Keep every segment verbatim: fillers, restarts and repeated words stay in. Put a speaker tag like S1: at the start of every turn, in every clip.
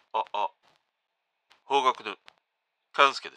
S1: あ、あ、方角の勘介です。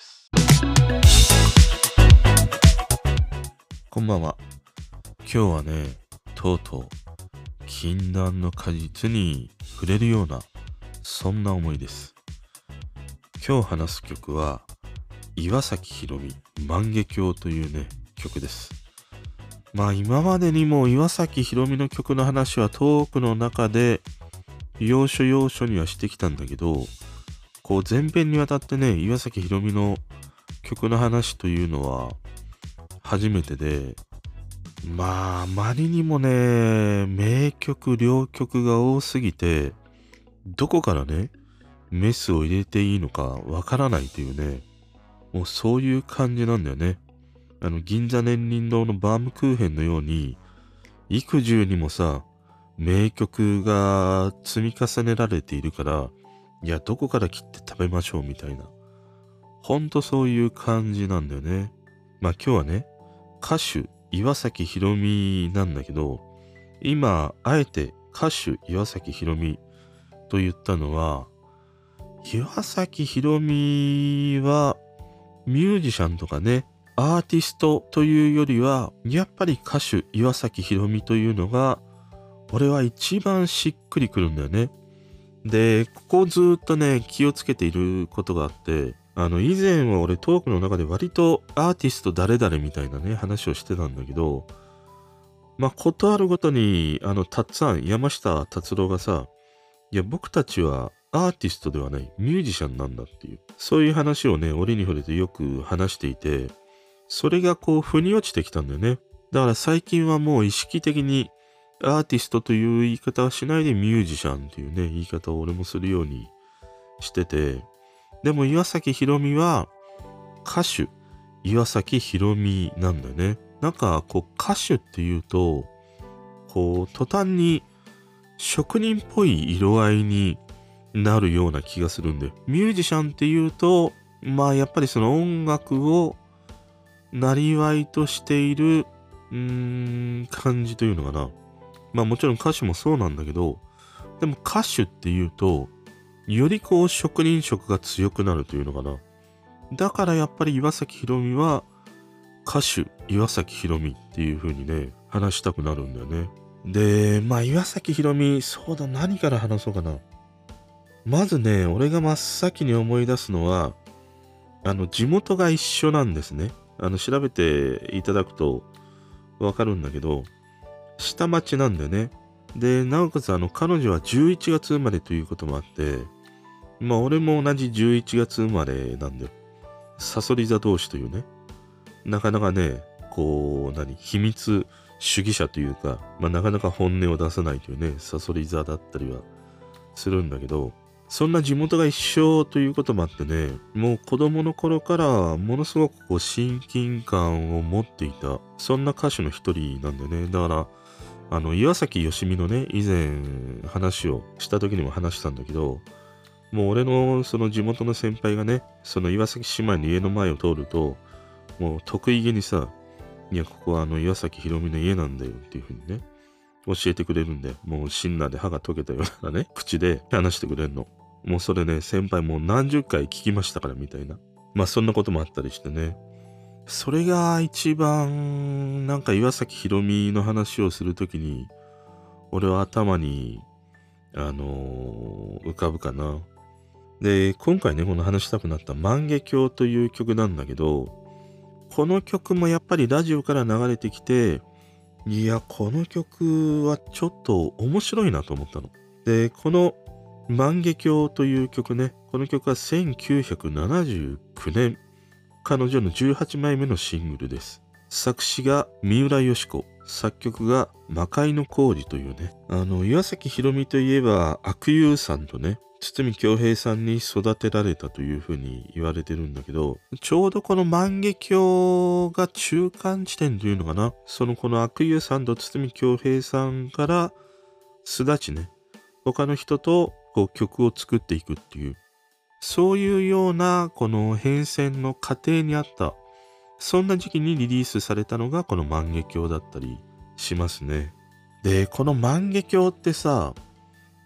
S2: こんばんは。今日はね、とうとう禁断の果実に触れるような、そんな思いです。今日話す曲は、岩崎宏美万華鏡というね、曲です。まあ今までにも岩崎宏美の曲の話はトークの中で、要所要所にはしてきたんだけど、こう前編にわたってね、岩崎宏美の曲の話というのは初めてで、まあ、あまりにもね、名曲、両曲が多すぎて、どこからね、メスを入れていいのかわからないというね、もうそういう感じなんだよね。あの、銀座年輪堂のバームクーヘンのように、幾重にもさ、名曲が積み重ねられているから、いや、どこから切って食べましょうみたいな。ほんとそういう感じなんだよね。まあ今日はね、歌手、岩崎宏美なんだけど、今、あえて歌手、岩崎宏美と言ったのは、岩崎宏美はミュージシャンとかね、アーティストというよりは、やっぱり歌手、岩崎宏美というのが、俺は一番しっくりくるんだよね。で、ここずっとね、気をつけていることがあって、あの、以前は俺トークの中で割とアーティスト誰々みたいなね、話をしてたんだけど、まあ、ことあるごとに、あの、たっつぁん、山下達郎がさ、いや、僕たちはアーティストではない、ミュージシャンなんだっていう、そういう話をね、折に触れてよく話していて、それがこう、腑に落ちてきたんだよね。だから最近はもう意識的に、アーティストという言い方はしないでミュージシャンっていうね、言い方を俺もするようにしてて、でも岩崎宏美は歌手、岩崎宏美なんだよね。なんかこう歌手っていうと、こう途端に職人っぽい色合いになるような気がするんで、ミュージシャンっていうと、まあやっぱりその音楽をなりわいとしている、うーん、感じというのかな。まあもちろん歌手もそうなんだけど、でも歌手っていうと、よりこう職人色が強くなるというのかな。だからやっぱり岩崎宏美は歌手岩崎宏美っていう風にね、話したくなるんだよね。で、まあ岩崎宏美、そうだ、何から話そうかな。まずね、俺が真っ先に思い出すのは、あの、地元が一緒なんですね。あの、調べていただくとわかるんだけど、下町なんだよね。で、なおかつあの、彼女はじゅういちがつ生まれということもあって、まあ俺も同じじゅういちがつ生まれなんだよ。サソリ座同士というね。なかなかね、こう、何、秘密主義者というか、まあなかなか本音を出さないというね、サソリ座だったりはするんだけど、そんな地元が一緒ということもあってね、もう子供の頃からものすごくこう親近感を持っていた、そんな歌手の一人なんだよね。だから、あの、岩崎良美のね、以前話をした時にも話したんだけど、もう俺のその地元の先輩がね、その岩崎姉妹の家の前を通ると、もう得意げにさ、いや、ここはあの岩崎宏美の家なんだよっていう風にね、教えてくれるんで、もうシンナーで歯が溶けたようなね、口で話してくれるの。もうそれね、先輩もう何十回聞きましたからみたいな。まあそんなこともあったりしてね。それが一番、なんか岩崎宏美の話をするときに、俺は頭に、あのー浮かぶかな。で、今回ね、この話したくなった万華鏡という曲なんだけど、この曲もやっぱりラジオから流れてきて、いや、この曲はちょっと面白いなと思ったの。で、この万華鏡という曲ね、この曲はせんきゅうひゃくななじゅうきゅうねん、彼女のじゅうはちまいめのシングルです。作詞が三浦佳子、作曲が魔界の工事というね、あの、岩崎宏美といえば、阿久悠さんとね、堤恭平さんに育てられたというふうに言われてるんだけど、ちょうどこの万華鏡が中間地点というのかな、そのこの阿久悠さんと堤恭平さんから巣立ちね、他の人とこう曲を作っていくっていう、そういうようなこの変遷の過程にあった、そんな時期にリリースされたのがこの万華鏡だったりしますね。で、この万華鏡ってさ、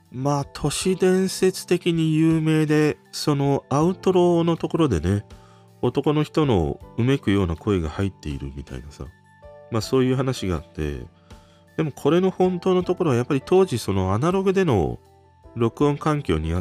S2: まあ、都市伝説的に有名で、そのアウトローのところでね、男の人のうめくような声が入っているみたいなさ。まあそういう話があって、でもこれの本当のところはやっぱり当時そのアナログでの録音環境にあって、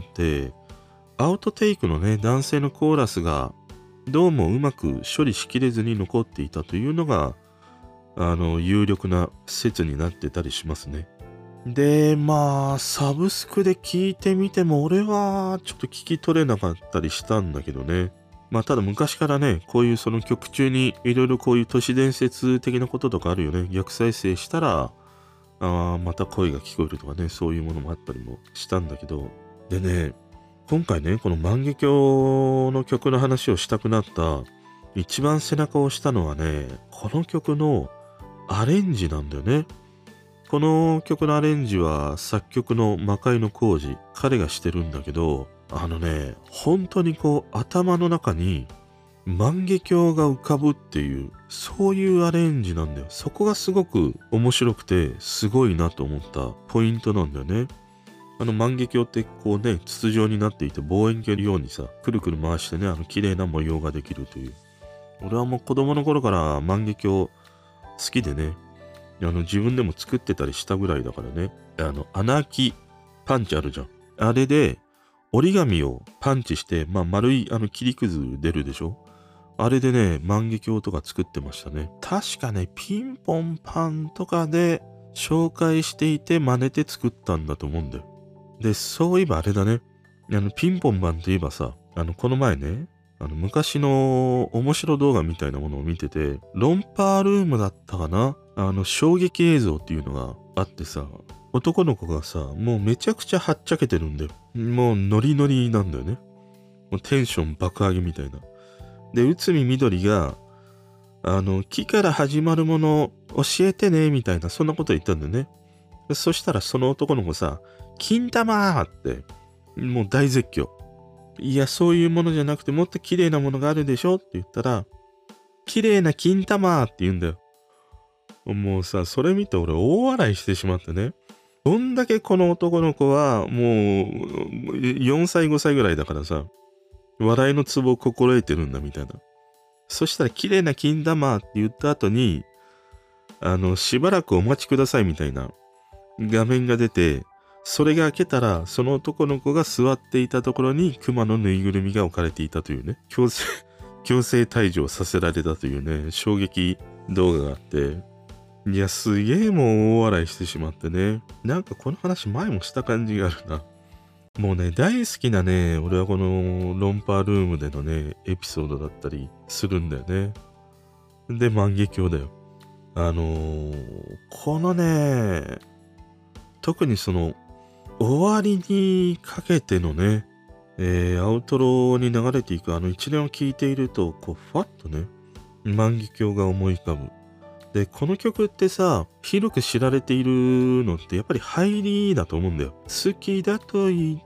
S2: アウトテイクのね、男性のコーラスがどうもうまく処理しきれずに残っていたというのが、あの、有力な説になってたりしますね。で、まあ、サブスクで聞いてみても、俺はちょっと聞き取れなかったりしたんだけどね。まあ、ただ昔からね、こういうその曲中にいろいろこういう都市伝説的なこととかあるよね。逆再生したら、あーまた声が聞こえるとかね、そういうものもあったりもしたんだけど。でね、今回ね、この万華鏡の曲の話をしたくなった一番背中を押したのはね、この曲のアレンジなんだよね。この曲のアレンジは作曲の魔界の工事、彼がしてるんだけど、あのね、本当にこう頭の中に万華鏡が浮かぶっていう、そういうアレンジなんだよ。そこがすごく面白くて、すごいなと思ったポイントなんだよね。あの万華鏡ってこうね、筒状になっていて望遠鏡のようにさ、くるくる回してね、あの綺麗な模様ができるという。俺はもう子供の頃から万華鏡好きでね、あの自分でも作ってたりしたぐらいだからね。あの穴開きパンチあるじゃん。あれで折り紙をパンチして、まあ丸いあの切りくず出るでしょ。あれでね、万華鏡とか作ってましたね。確かね、ピンポンパンとかで紹介していて真似て作ったんだと思うんだよ。で、そういえばあれだね。あのピンポンパンといえばさ、あのこの前ね、あの昔の面白動画みたいなものを見てて、ロンパールームだったかな、あの衝撃映像っていうのがあってさ、男の子がさ、もうめちゃくちゃはっちゃけてるんだよ。もうノリノリなんだよね。もうテンション爆上げみたいな。で、内海みどりが、あの、木から始まるもの教えてね、みたいな、そんなこと言ったんだよね。そしたらその男の子さ、金玉ーって、もう大絶叫。いや、そういうものじゃなくてもっと綺麗なものがあるでしょって言ったら、綺麗な金玉って言うんだよ。もうさ、それ見て俺大笑いしてしまってね。どんだけこの男の子はもうよんさいごさいぐらいだからさ、笑いのツボを心得てるんだみたいな。そしたら綺麗な金玉って言った後に、あの、しばらくお待ちくださいみたいな画面が出て、それが開けたら、その男の子が座っていたところに熊のぬいぐるみが置かれていたというね、強制、強制退場させられたというね、衝撃動画があって、いや、すげえもう大笑いしてしまってね。なんかこの話前もした感じがあるな。もうね、大好きなね、俺はこのロンパールームでのね、エピソードだったりするんだよね。で、万華鏡だよ。あのー、このね、特にその、終わりにかけてのね、えー、アウトローに流れていくあの一連を聞いていると、こう、ふわっとね、万華鏡が思い浮かぶ。で、この曲ってさ、広く知られているのってやっぱり入りだと思うんだよ。好きだと言って、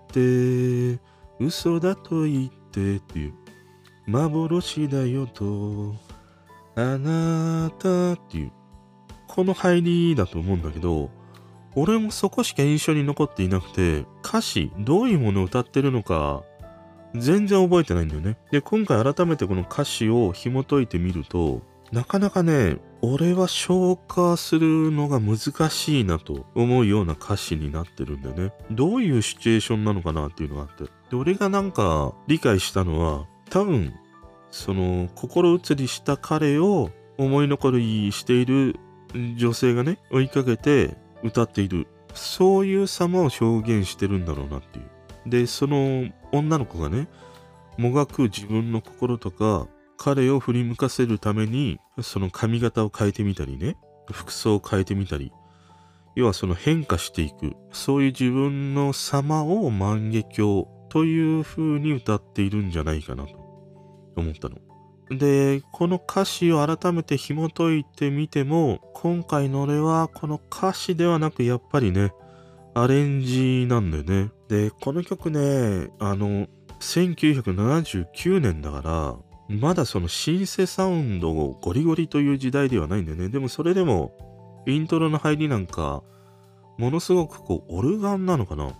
S2: 嘘だと言ってっていう。幻だよと、あなたっていう。この入りだと思うんだけど、俺もそこしか印象に残っていなくて、歌詞、どういうものを歌ってるのか、全然覚えてないんだよね。で、今回改めてこの歌詞を紐解いてみると、なかなかね、俺は消化するのが難しいなと思うような歌詞になってるんだよね。どういうシチュエーションなのかなっていうのがあって。で、俺がなんか理解したのは、多分、その、心移りした彼を思い残りしている女性がね、追いかけて歌っている。そういう様を表現してるんだろうなっていう。で、その女の子がね、もがく自分の心とか、彼を振り向かせるために、その髪型を変えてみたりね、服装を変えてみたり、要はその変化していく、そういう自分の様を万華鏡という風に歌っているんじゃないかなと思ったの。で、この歌詞を改めて紐解いてみても、今回の俺はこの歌詞ではなくやっぱりね、アレンジなんだよね。で、この曲ね、あの、せんきゅうひゃくななじゅうきゅうねんだから、まだそのシンセサウンドをゴリゴリという時代ではないんだよね。でもそれでも、イントロの入りなんか、ものすごくこう、オルガンなのかな、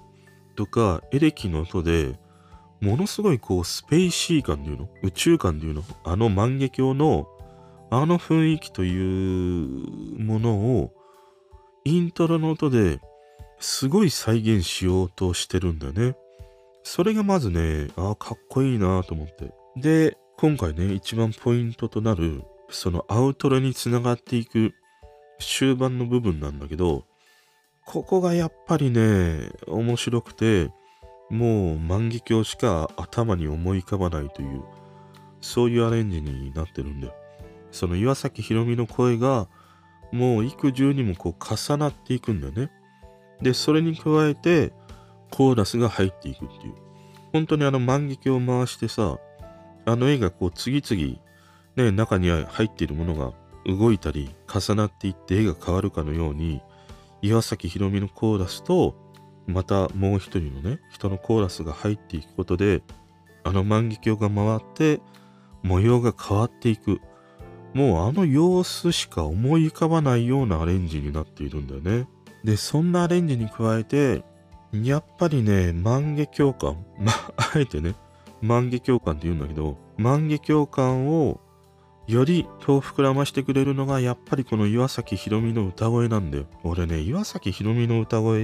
S2: とかエレキの音で、ものすごいこうスペイシー感っていうの、宇宙感っていうの、あの万華鏡のあの雰囲気というものをイントロの音ですごい再現しようとしてるんだよね。それがまずね、ああ、かっこいいなと思って。で、今回ね、一番ポイントとなる、そのアウトロにつながっていく終盤の部分なんだけど、ここがやっぱりね、面白くて、もう万華鏡しか頭に思い浮かばないという、そういうアレンジになってるんだよ。その岩崎宏美の声が、もう幾重にもこう重なっていくんだよね。で、それに加えて、コーラスが入っていくっていう。本当にあの万華鏡を回してさ、あの絵がこう次々、ね、中に入っているものが動いたり、重なっていって絵が変わるかのように、岩崎宏美のコーラスと、またもう一人のね、人のコーラスが入っていくことで、あの万華鏡が回って、模様が変わっていく。もうあの様子しか思い浮かばないようなアレンジになっているんだよね。で、そんなアレンジに加えて、やっぱりね、万華鏡感、まあ、あえてね、万華鏡感って言うんだけど、万華鏡感をより遠膨らましてくれるのが、やっぱりこの岩崎宏美の歌声なんだよ。俺ね、岩崎宏美の歌声って、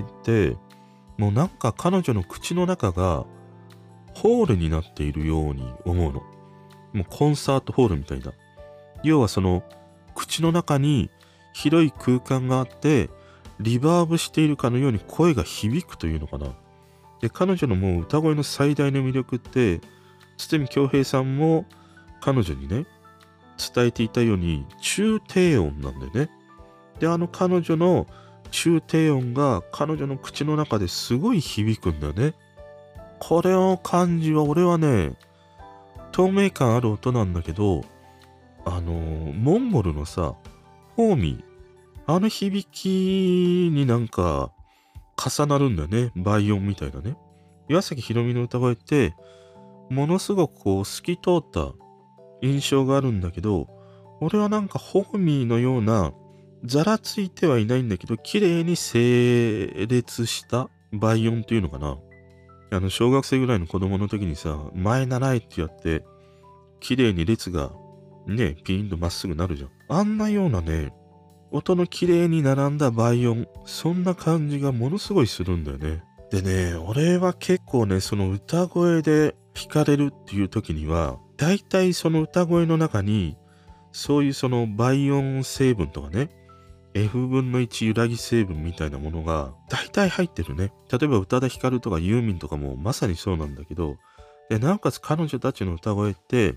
S2: もうなんか彼女の口の中がホールになっているように思うの。もうコンサートホールみたいな。要はその口の中に広い空間があって、リバーブしているかのように声が響くというのかな。で、彼女のもう歌声の最大の魅力って、堤恭平さんも彼女にね、伝えていたように中低音なんだよね。で、あの彼女の中低音が彼女の口の中ですごい響くんだよね。これの感じは俺はね、透明感ある音なんだけど、あのー、モンゴルのさ、ホーミー、あの響きになんか重なるんだよね。倍音みたいなね。岩崎宏美の歌声って、ものすごくこう透き通った印象があるんだけど、俺はなんかホーミーのような、ざらついてはいないんだけど、綺麗に整列した倍音っていうのかな。あの、小学生ぐらいの子供の時にさ、前習えってやって、綺麗に列がね、ピーンとまっすぐなるじゃん。あんなようなね、音の綺麗に並んだ倍音、そんな感じがものすごいするんだよね。でね、俺は結構ね、その歌声で惹かれるっていう時には、だいたいその歌声の中に、そういうその倍音成分とかね、エフぶんのいち揺らぎ成分みたいなものが大体入ってるね。例えば宇多田ヒカルとかユーミンとかもまさにそうなんだけど、で、なおかつ彼女たちの歌声って、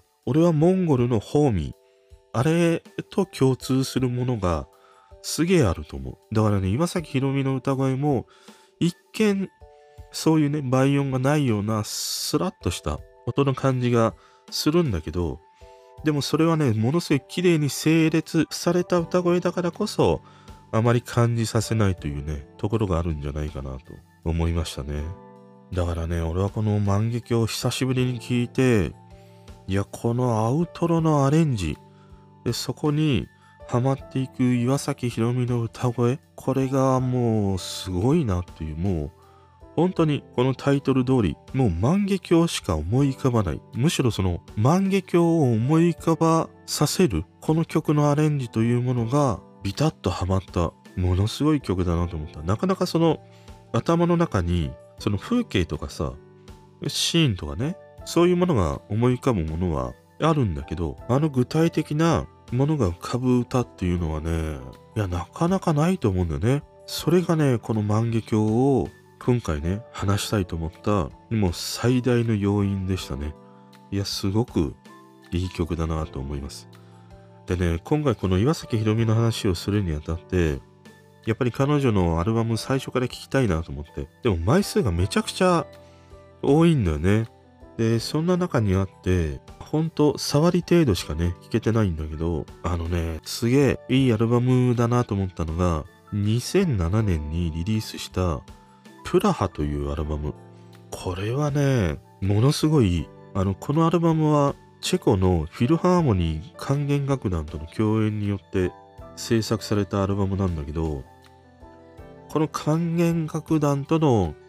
S2: 俺はモンゴルのホーミー、あれと共通するものがすげえあると思う。だからね、岩崎宏美の歌声も一見そういうね、倍音がないようなスラッとした音の感じがするんだけど、でもそれはね、ものすごい綺麗に整列された歌声だからこそ、あまり感じさせないというね、ところがあるんじゃないかなと思いましたね。だからね、俺はこの万華鏡を久しぶりに聞いて、いや、このアウトロのアレンジ、で、そこにハマっていく岩崎宏美の歌声、これがもうすごいなっていう、もう、本当にこのタイトル通り、もう万華鏡しか思い浮かばない。むしろその万華鏡を思い浮かばさせる、この曲のアレンジというものがビタッとハマった、ものすごい曲だなと思った。なかなかその頭の中に、その風景とかさ、シーンとかね、そういうものが思い浮かぶものはあるんだけど、あの具体的なものが浮かぶ歌っていうのはね、いや、なかなかないと思うんだよね。それがね、この万華鏡を今回ね、話したいと思った、もう最大の要因でしたね。いや、すごくいい曲だなと思います。でね、今回この岩崎宏美の話をするにあたって、やっぱり彼女のアルバム最初から聴きたいなと思って。でも枚数がめちゃくちゃ多いんだよね。で、そんな中にあって、ほんと触り程度しかね、聴けてないんだけど、あのね、すげえいいアルバムだなと思ったのが、にせんななねんにリリースしたプラハというアルバム。これはね、ものすごいいい。あの、このアルバムはチェコのフィルハーモニー管弦楽団との共演によって制作されたアルバムなんだけど、この管弦楽団との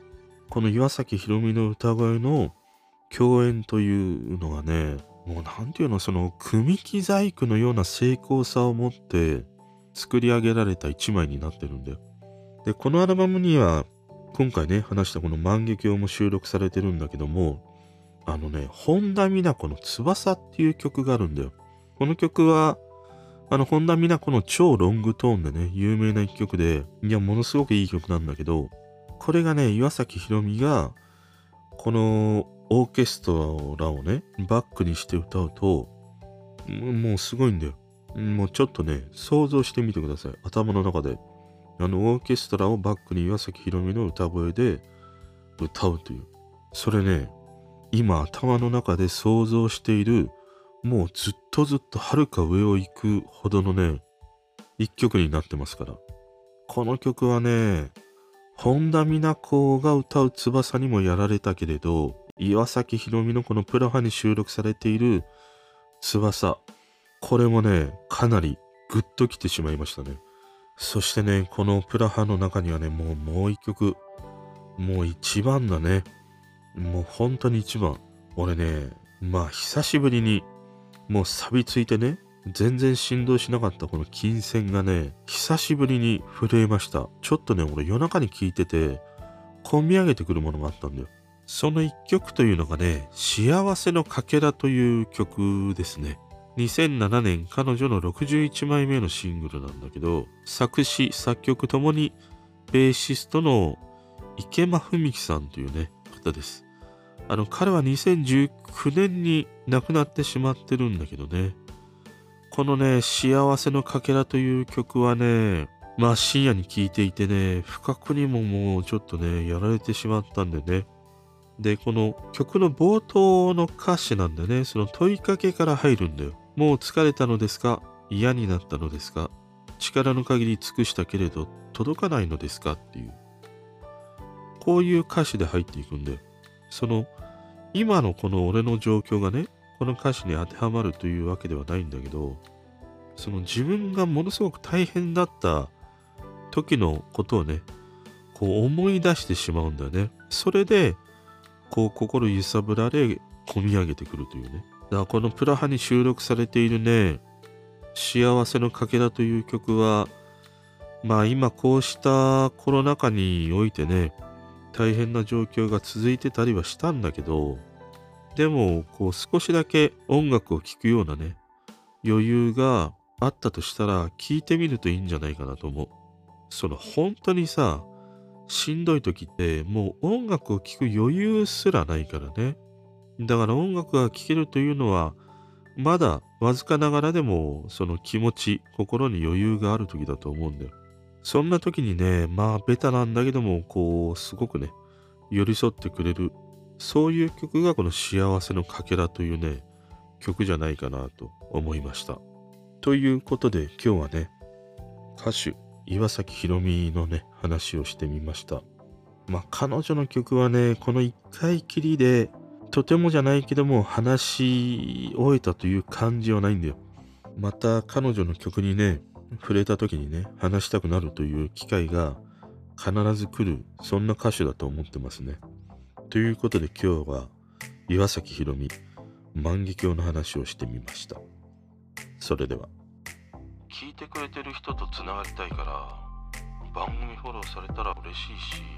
S2: この岩崎宏美の歌声の共演というのがね、もうなんていうの、その組木細工のような精巧さを持って作り上げられた一枚になってるんだよ。で、このアルバムには今回ね、話したこの万華鏡も収録されてるんだけども、あのね、本田美奈子の翼っていう曲があるんだよ。この曲は、あの、本田美奈子の超ロングトーンでね、有名な一曲で、いや、ものすごくいい曲なんだけど、これがね、岩崎宏美が、このオーケストラをね、バックにして歌うと、もうすごいんだよ。もうちょっとね、想像してみてください。頭の中で。あの、オーケストラをバックに岩崎宏美の歌声で歌うという。それね、今頭の中で想像している、もうずっとずっと遥か上を行くほどのね、一曲になってますから。この曲はね、本田美奈子が歌う翼にもやられたけれど、岩崎宏美のこのプラハに収録されている翼、これもね、かなりグッときてしまいましたね。そしてね、このプラハの中にはね、もうもう一曲、もう一番だね。もう本当に一番。俺ね、まあ久しぶりに、もう錆びついてね、全然振動しなかったこの琴線がね、久しぶりに震えました。ちょっとね、俺夜中に聴いてて、込み上げてくるものがあったんだよ。その一曲というのがね、幸せのかけらという曲ですね。にせんななねん彼女のろくじゅういちまいめのシングルなんだけど、作詞作曲ともにベーシストの池間文樹さんというね方です。あの彼はにせんじゅうきゅうねんに亡くなってしまってるんだけどね、このね幸せのかけらという曲はね、まあ深夜に聴いていてね、不覚にももうちょっとねやられてしまったんでね。で、この曲の冒頭の歌詞なんだね、その問いかけから入るんだよ。もう疲れたのですか？嫌になったのですか？力の限り尽くしたけれど届かないのですか？っていう。こういう歌詞で入っていくんだよ。その、今のこの俺の状況がね、この歌詞に当てはまるというわけではないんだけど、その自分がものすごく大変だった時のことをね、こう思い出してしまうんだよね。それで、こう心揺さぶられ込み上げてくるというね。だからこのプラハに収録されているね、幸せのかけらという曲は、まあ今こうしたコロナ禍においてね、大変な状況が続いてたりはしたんだけど、でもこう少しだけ音楽を聴くようなね、余裕があったとしたら聴いてみるといいんじゃないかなと思う。その本当にさ、しんどい時ってもう音楽を聴く余裕すらないからね。だから音楽が聴けるというのはまだわずかながらでもその気持ち、心に余裕がある時だと思うんだよ。そんな時にね、まあベタなんだけどもこうすごくね、寄り添ってくれる、そういう曲がこの幸せのかけらというね、曲じゃないかなと思いました。ということで今日はね、歌手岩崎宏美のね話をしてみました。まあ彼女の曲はね、この一回きりでとてもじゃないけども話し終えたという感じはないんだよ。また彼女の曲にね触れた時にね話したくなるという機会が必ず来る、そんな歌手だと思ってますね。ということで今日は岩崎宏美万華鏡の話をしてみました。それでは。聞いてくれてる人とつながりたいから番組フォローされたら嬉しいし、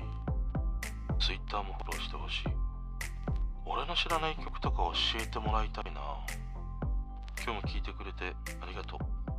S2: Twitter もフォローしてほしい。俺の知らない曲とか教えてもらいたいな。今日も聞いてくれてありがとう。